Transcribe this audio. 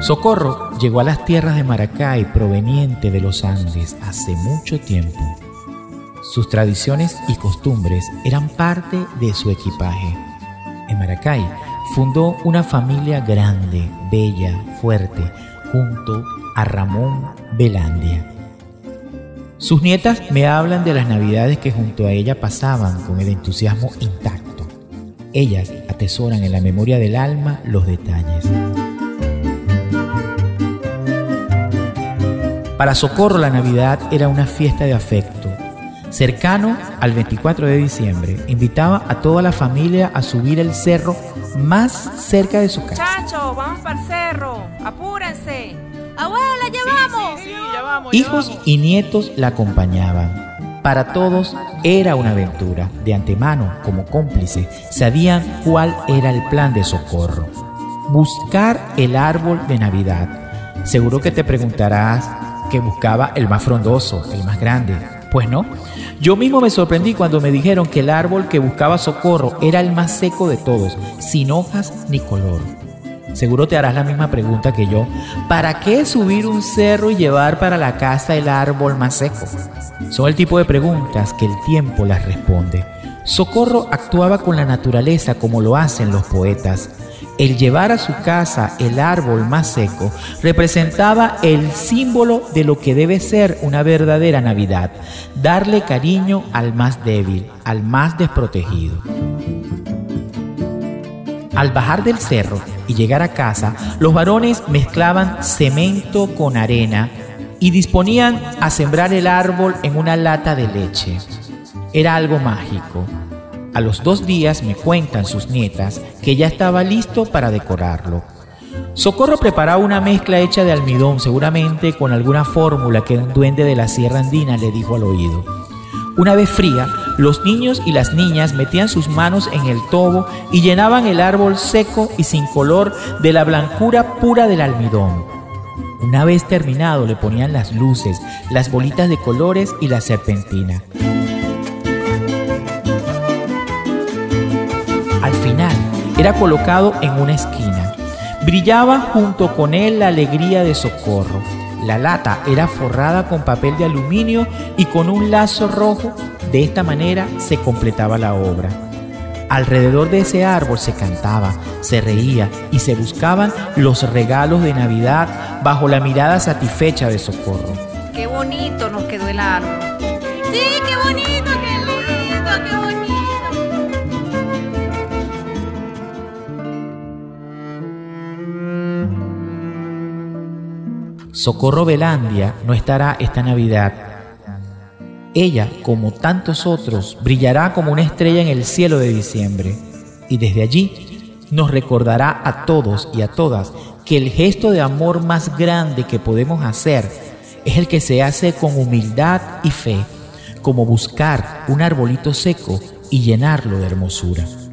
Socorro llegó a las tierras de Maracay proveniente de los Andes hace mucho tiempo. Sus tradiciones y costumbres eran parte de su equipaje. En Maracay fundó una familia grande, bella, fuerte, junto a Ramón Velandia. Sus nietas me hablan de las navidades que junto a ella pasaban con el entusiasmo intacto. Ellas atesoran en la memoria del alma los detalles. Para Socorro la Navidad era una fiesta de afecto. Cercano al 24 de diciembre, invitaba a toda la familia a subir el cerro más cerca de su casa. Muchachos, vamos para el cerro, apúrense. Abuela, ya vamos. Sí, ya vamos. Hijos y nietos la acompañaban. Para todos era una aventura. De antemano, como cómplice, sabían cuál era el plan de Socorro: buscar el árbol de Navidad. Seguro que te preguntarás que buscaba el más frondoso, el más grande. Pues no, yo mismo me sorprendí cuando me dijeron que el árbol que buscaba Socorro era el más seco de todos, sin hojas ni color. Seguro te harás la misma pregunta que yo: ¿para qué subir un cerro y llevar para la casa el árbol más seco? Son el tipo de preguntas que el tiempo las responde. Socorro actuaba con la naturaleza como lo hacen los poetas. El llevar a su casa el árbol más seco representaba el símbolo de lo que debe ser una verdadera Navidad: darle cariño al más débil, al más desprotegido. Al bajar del cerro y llegar a casa, los varones mezclaban cemento con arena y disponían a sembrar el árbol en una lata de leche. Era algo mágico. A los 2 días me cuentan sus nietas que ya estaba listo para decorarlo. Socorro preparaba una mezcla hecha de almidón, seguramente con alguna fórmula que un duende de la Sierra Andina le dijo al oído. Una vez fría, los niños y las niñas metían sus manos en el tobo y llenaban el árbol seco y sin color de la blancura pura del almidón. Una vez terminado, le ponían las luces, las bolitas de colores y la serpentina. Al final, era colocado en una esquina. Brillaba junto con él la alegría de Socorro. La lata era forrada con papel de aluminio y con un lazo rojo. De esta manera se completaba la obra. Alrededor de ese árbol se cantaba, se reía y se buscaban los regalos de Navidad bajo la mirada satisfecha de Socorro. Qué bonito nos quedó el árbol. Sí, qué bonito, qué lindo, qué bonito. Socorro Velandia no estará esta Navidad. Ella, como tantos otros, brillará como una estrella en el cielo de diciembre. Y desde allí nos recordará a todos y a todas que el gesto de amor más grande que podemos hacer es el que se hace con humildad y fe, como buscar un arbolito seco y llenarlo de hermosura.